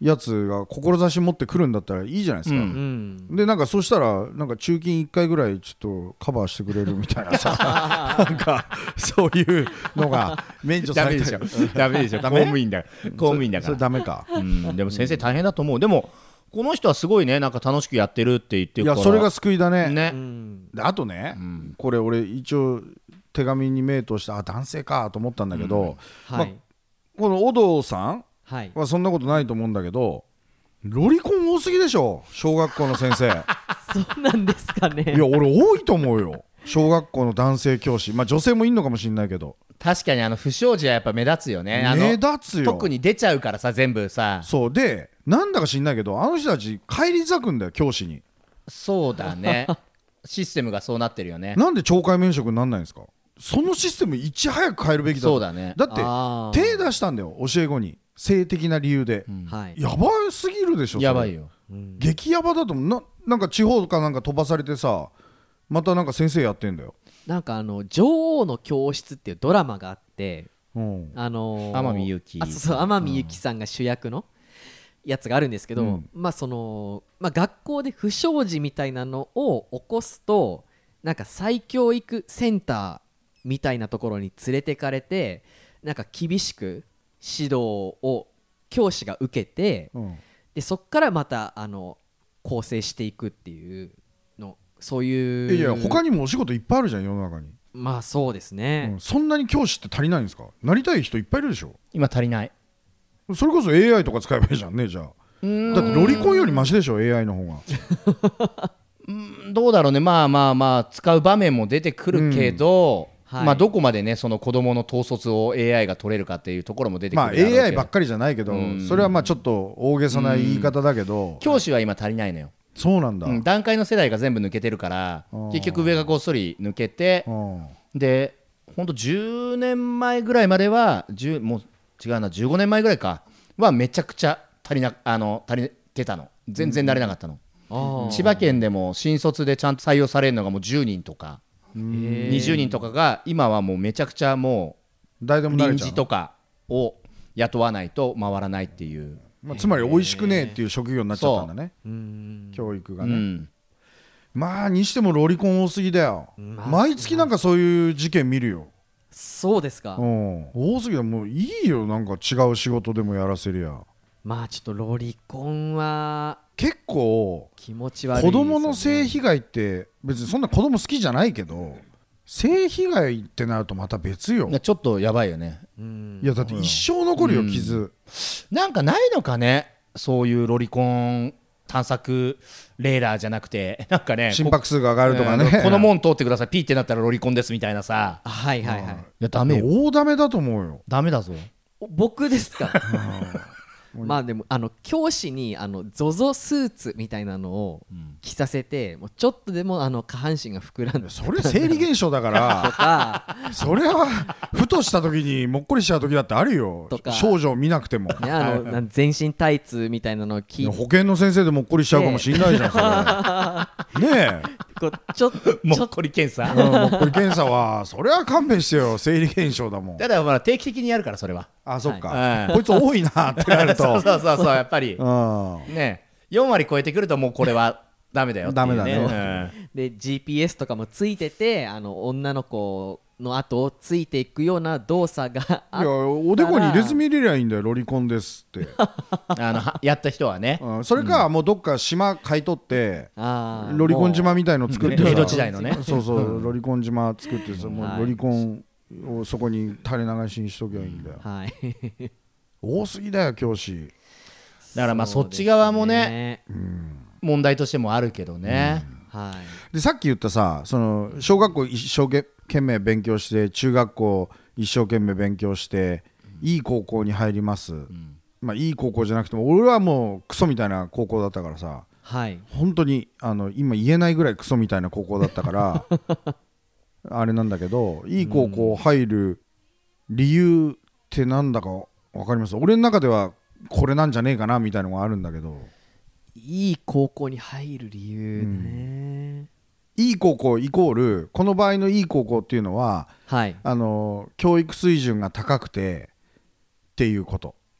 やつが志持ってくるんだったらいいじゃないですか、 うんうんでなんかそしたらなんか中勤いっかいぐらいちょっとカバーしてくれるみたいなさなんかそういうのが免除されたりダメでしょ公務員だ公務員だかそれらダメかうんでも先生大変だと思うでもこの人はすごいねなんか楽しくやってるって言っているからやそれが救いだねねうんであとね、 んこれ俺一応手紙に目通してあ男性かと思ったんだけど、 はい、 まこの小堂さんはい、 はそんなことないと思うんだけどロリコン多すぎでしょ小学校の先生そうなんですかね。 いや俺多いと思うよ小学校の男性教師まあ女性もいんのかもしれないけど確かにあの不祥事はやっぱ目立つよねあの目立つよ特に出ちゃうからさ全部さそうでなんだか知んないけどあの人たち帰り咲くんだよ教師にそうだねシステムがそうなってるよねなんで懲戒免職になんないんですかそのシステムいち早く変えるべきだとそうだねだってあー手出したんだよ教え子に性的な理由で、 うんはい、 やばすぎるでしょそれやばいようん激ヤバだと思う な, なんか地方かなんか飛ばされてさまたなんか先生やってんだよ、 なんかあの女王の教室っていうドラマがあってうんあのー天海祐希あそうそう天海祐希さんが主役のやつがあるんですけど、 うんまあそのまあ学校で不祥事みたいなのを起こすとなんか再教育センターみたいなところに連れてかれてなんか厳しく指導を教師が受けてうんでそこからまたあの構成していくっていうのそういういやいや他にもお仕事いっぱいあるじゃん世の中に、 まあそうですね、 うんそんなに教師って足りないんですかなりたい人いっぱいいるでしょ今足りないそれこそ エーアイ とか使えばいいじゃんねじゃあだってロリコンよりマシでしょ エーアイ の方がどうだろうねまあまあまあ使う場面も出てくるけど、 はいまあどこまでねその子供の統率を エーアイ が取れるかっていうところも出てくるまあだろうけどエーアイ ばっかりじゃないけどうんそれはまあちょっと大げさな言い方だけど教師は今足りないのよ、 そうなんだ、 うん、段階の世代が全部抜けてるからあー結局上がごっそり抜けてうんでほんとじゅうねんまえぐらいまではじゅうもう違うなじゅうごねんまえぐらいかはめちゃくちゃ足りなあの足りてたの全然慣れなかったの、 あー千葉県でも新卒でちゃんと採用されるのがもうじゅうにんとかへーにじゅうにんとかが今はもうめちゃくちゃも誰でう臨もなれちゃう時とかを雇わないと回らないっていう、 まあ、つまり美味しくねえっていう職業になっちゃったんだねうん教育がね、 うん、 まあにしてもロリコン多すぎだよ、 まあ毎月なんかそういう事件見るよ、 そうですか、 うん、多すぎだもういいよなんか違う仕事でもやらせりゃまあちょっとロリコンは結構気持ち悪いです子よね供の性被害って別にそんな子供好きじゃないけど性被害ってなるとまた別よいやちょっとやばいよねうんいやだって一生残るようん傷、 なんかないのかねそういうロリコン探索レーダーじゃなくてなんかね心拍数が上がるとかね、 ここの門通ってくださいピーってなったらロリコンですみたいなさあはいはいはい、 いやダメよ大ダメだと思うよダメだぞお僕ですかまあでもあの教師にあの ゾゾ スーツみたいなのを着させてもうちょっとでもあの下半身が膨らんでそれ生理現象だかとらかそれはふとした時にもっこりしちゃう時だってあるよとか少女を見なくても、 ねあのなん全身タイツみたいなのを着保健の先生でもっこりしちゃうかもしんないじゃんそれねこうちょっともっちょっこり検査え、うん、もっこり検査はそれは勘弁してよ生理現象だもんただまあ定期的にやるからそれはあそっか、 はいこいつ多いなってなるとそうそうそうそうやっぱりうんねよん割超えてくるともうこれはダメだよっていうダメだねうんで ジーピーエス とかもついててあの女の子の後をついていくような動作があいやおでこに入れ墨入れりゃいいんだよロリコンですって、 あのはやった人はねうん、それか、もうどっか島買い取ってあーロリコン島みたいの作ってさ江戸時代のねそうそうロリコン島作ってさもうはいロリコンをそこに垂れ流しにしときゃいいんだよ、 はい多すぎだよ教師だからまあそうそっち側もねね問題としてもあるけどねはいでさっき言ったさその小学校一生懸命勉強して中学校一生懸命勉強していい高校に入ります、まあいい高校じゃなくても俺はもうクソみたいな高校だったからさはい本当にあの今言えないぐらいクソみたいな高校だったからあれなんだけどいい高校入る理由ってなんだか分かります？俺の中ではこれなんじゃねえかなみたいなのがあるんだけどいい高校に入る理由ね、 いい高校イコールこの場合のいい高校っていうのははいあの教育水準が高くてっていうこと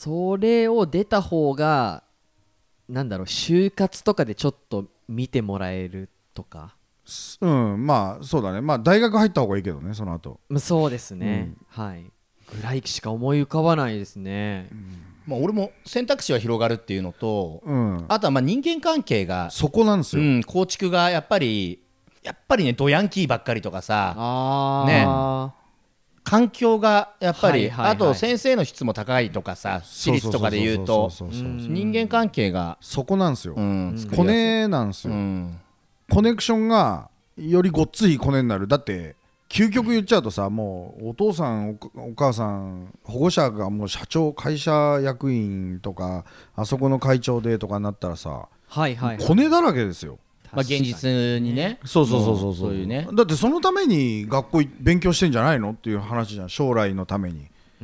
それを出た方がなんだろう、就活とかでちょっと見てもらえるとか。 うんまあそうだね、まあ大学入った方がいいけどねその後。 そうですね、うん、はいぐらいしか思い浮かばないですね、うん、 まあ、俺も選択肢は広がるっていうのと、うん、あとはまあ人間関係がそこなんですよ、うん、 構築がやっぱりやっぱりねドヤンキーばっかりとかさあ、 ね、環境がやっぱり、はいはいはい、あと先生の質も高いとかさ、私立とかで言うと人間関係がそこなんですよ、うん、コネなんですよ、うん、コネクションがよりごっついコネになる。だって究極言っちゃうとさ、もうお父さん お, お母さん保護者がもう社長会社役員とかあそこの会長でとかになったらさ、 はいはいはい、 コネだらけですよ。 まあ、現実にね、 そうそうそうそうそういうね。だってそのために学校勉強してんじゃないのっていう話じゃん、将来のために、うん、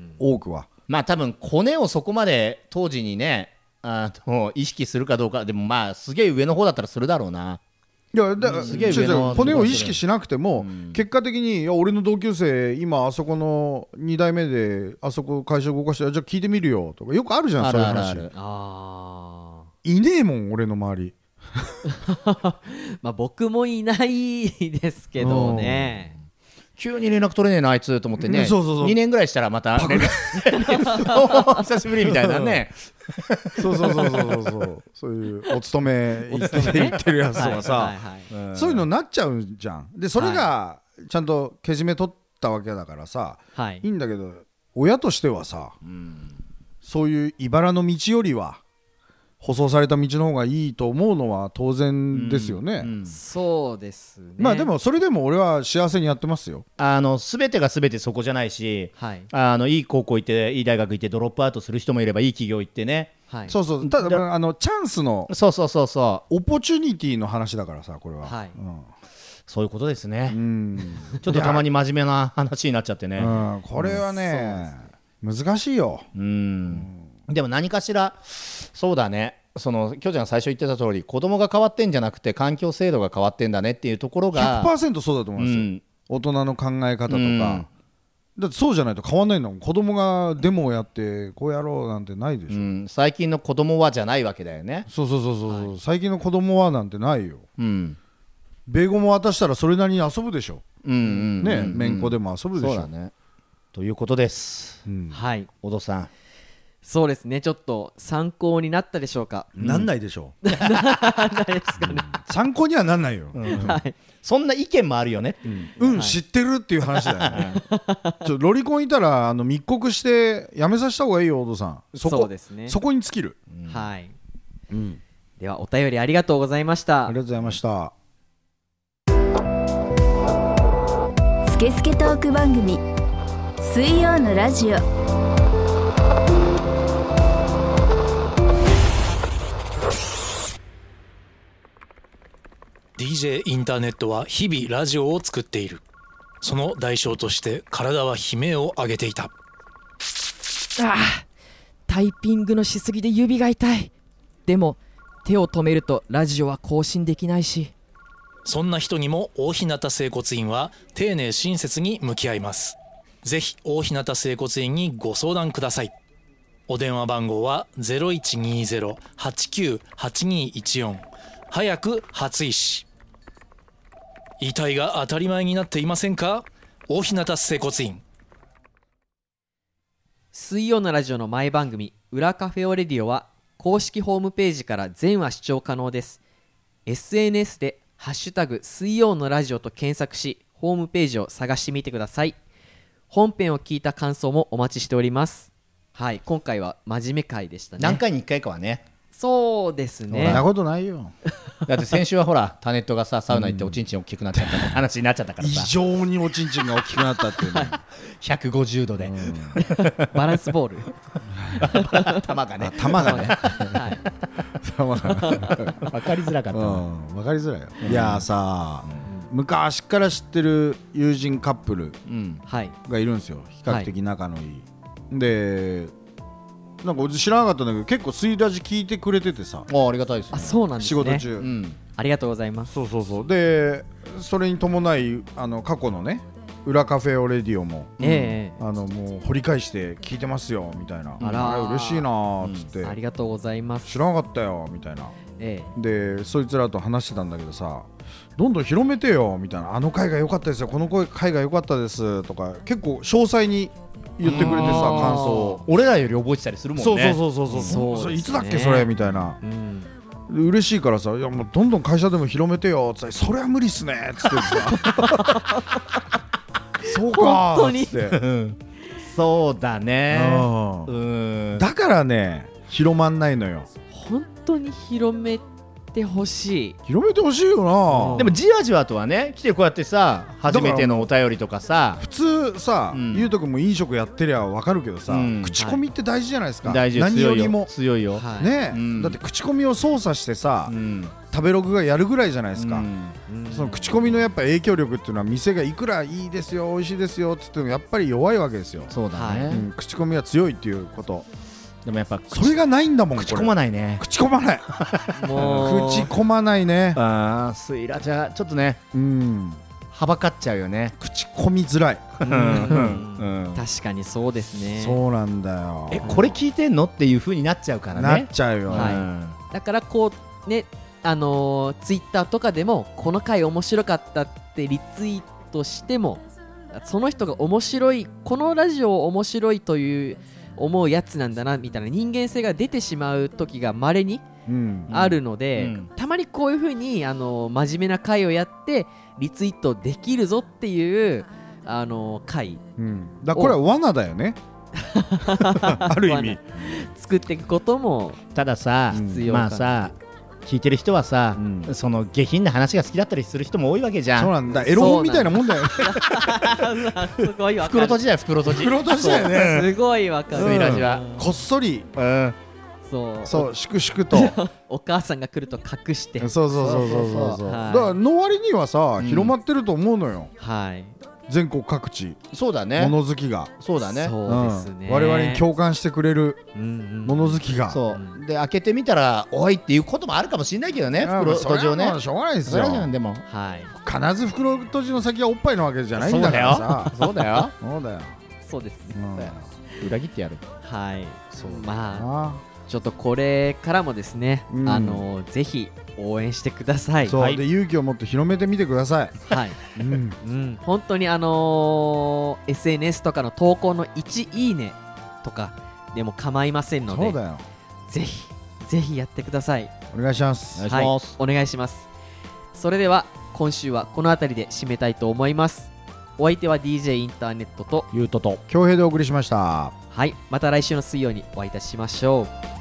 多くは。 まあ多分コネをそこまで当時にねあの意識するかどうかでも、まあすげえ上の方だったらするだろうな。 いやだからコネを意識しなくても、うん、結果的にいや俺の同級生今あそこのに代目であそこ会社動かしてじゃあ聞いてみるよとかよくあるじゃん。そういう話。あるある。あいねえもん俺の周りまあ僕もいないですけどね、 急に連絡取れねえなあいつと思ってね、うん、 そうそうそうにねんぐらいしたらまた連絡久しぶりみたいなねそうそうそうそうそうそういうお勤め行って行ってるやつとかさ、はいはいはい、そういうのになっちゃうじゃん。でそれがちゃんとけじめ取ったわけだからさ、はい、いいんだけど親としてはさ、うん、そういう茨の道よりは舗装された道の方がいいと思うのは当然ですよね、うんうん、 そうですね。 まあでもそれでも俺は幸せにやってますよ。 あの全てが全てそこじゃないし、はい、あのいい高校行っていい大学行ってドロップアウトする人もいればいい企業行ってね、 はい、そうそう。ただあのチャンスのそうそうそうそうオポチュニティの話だからさこれは、はい、うん、 そういうことですね。うんちょっとたまに真面目な話になっちゃってね、うん、 これはね、うん、難しいよ。うん、 うん、でも何かしらそうだね、そのきょうちゃんが最初言ってた通り子供が変わってんじゃなくて環境制度が変わってんだねっていうところがひゃくパーセント そうだと思いますよ、うん、大人の考え方とか、うん、だってそうじゃないと変わんないの。子供がデモをやってこうやろうなんてないでしょ、うん、 最近の子供はじゃないわけだよね。 そうそうそうそう、はい、最近の子供はなんてないよ、うん、米語も渡したらそれなりに遊ぶでしょ、うんうんうんうん、ね、めんこでも遊ぶでしょ。 そうだねということです、 うん、はい。 小戸さん、 そうですね、ちょっと参考になったでしょうか。 なんないでしょう、 うん、なんないですかね、 うん、参考にはなんないよ、うんはい、そんな意見もあるよね、 うん、うん、知ってるっていう話だよねちょロリコンいたらあの密告してやめさせた方がいいよ小戸さん。そこ、そうですね、そこに尽きる、 うん、はい、うん、ではお便りありがとうございました。 ありがとうございました。 スケスケトーク番組水曜のラジオ。 ディージェー インターネットは日々ラジオを作っている。その代償として体は悲鳴を上げていた。ああ、タイピングのしすぎで指が痛い。でも手を止めるとラジオは更新できないし。 そんな人にも大日向整骨院は丁寧親切に向き合います。ぜひ大日向整骨院にご相談ください。お電話番号は ゼロいちにゼロ はちきゅう はちにいちよん。早く初医師。痛いが当たり前になっていませんか？大日向整骨院。 水曜のラジオの前番組裏カフェオレディオは公式ホームページから全話視聴可能です。 エスエヌエス でハッシュタグ水曜のラジオと検索しホームページを探してみてください。本編を聞いた感想もお待ちしております。はい、今回は真面目回でしたね。 何回にいっかいかはね。 そうですね。 そんなことないよだって先週はほらタネットがさサウナ行っておちんちん大きくなっちゃった話になっちゃったからさ、 異常におちんちんが大きくなったっていうねひゃくごじゅうどで、うん、 バランスボール球がね球がね球が分かりづらかった、うん、 分かりづらいよ、うん、いやさ、うん、昔から知ってる友人カップルがいるんですよ、比較的仲のいい、はい、でなんか知らなかったんだけど結構スイラジ聞いてくれててさ。 あ、ありがたいですね。 あ、そうなんですね。 仕事中、うん、 ありがとうございます。 そうそうそう。でそれに伴いあの過去のね裏カフェオレディオもええあのもう掘り返して聞いてますよみたいな、 あらーれ嬉しいなーっつって、 ありがとうございます。 知らなかったよみたいな。 えでそいつらと話してたんだけどさ、どんどん広めてよみたいな、あの回が良かったですよ、この回が良かったですとか結構詳細に言ってくれてさ、 あー感想を。 俺らより覚えてたりするもんね。 そうそうそうそうそう、 そうですねそれいつだっけそれみたいな。 えうん嬉しいからさ、いやもうどんどん会社でも広めてよっつって、それは無理っすねっつってさそうか本当にっつってうんそうだね。 うんうんだからね広まんないのよ。 本当に広めてほしい。 広めてほしいよな。 でもじわじわとはね来てこうやってさ初めてのお便りとかさ普通さ、 うんゆうとくんも飲食やってりゃ分かるけどさ、 うん口コミって大事じゃないですか、 大事何よりも強いよ。 はいね、 うんだって口コミを操作してさ、 うん食べログがやるぐらいじゃないですか、 うんうんその口コミのやっぱ影響力っていうのは店がいくらいいですよ美味しいですよって言ってもやっぱり弱いわけですよ、 そうだはね。 うん、口コミは強いっていうこと。 でもやっぱそれがないんだもん。 口これ込まないね。 口コまないもう口コまないね。 ああスイラじゃちょっとねうんはばかっちゃうよね。 口コみづらい、 うんうん確かにそうですね。 そうなんだよ。 えこれ聞いてんのっていう風になっちゃうからね。 なっちゃうよね、 はいだからこうねあのー、ツイッターとかでもこの回面白かったってリツイートしてもその人が面白いこのラジオ面白いという思うやつなんだなみたいな人間性が出てしまう時が稀にうんあるので、 うんたまにこういう風にあのー真面目な回をやってリツイートできるぞっていうあのー回うん、だからこれは罠だよねある意味。 作っていくこともたださ、 必要かなまあさ聞いてる人はさ、 うんその下品な話が好きだったりする人も多いわけじゃ。 そうんなんだ、エロ本みたいなもんだよね。 すごいわかる袋閉じだよ袋閉じ。 袋閉じだよね。 すごいわかるスイラジはこっそり、 うんそうそう粛々と。 お母さんが来ると隠してそうそうそうそうそうそう。 はいだからの割にはさ、 ん広まってると思うのよ。 はい全国各地、 そうだね。 物好きが。 そうだね。 そうですね、 うん我々に共感してくれるうんうん物好きが。 そうで開けてみたらおいっていうこともあるかもしれないけどねあ袋閉じをね。 それはもうしょうがないですそれよ。 はじゃんでも。 はい必ず袋閉じの先はおっぱいなわけじゃないんだからさ。 そうだよ。 そうだよ。 そうですね、 うん裏切ってやる。 はいそうまああちょっとこれからもですね、 うんあのぜひ応援してくださいそう、 はい、 で勇気を持って広めてみてください。 はいうんうん、本当にあのー エスエヌエス とかの投稿のいちいいねとかでも構いませんのでそうだよ。 ぜひぜひやってください。 お願いします。 お願いしますはい、お願いします。それでは今週はこの辺りで締めたいと思います。お相手は ディージェー インターネットとゆうとと。 恭平でお送りしました。 はい、また来週の水曜にお会いいたしましょう。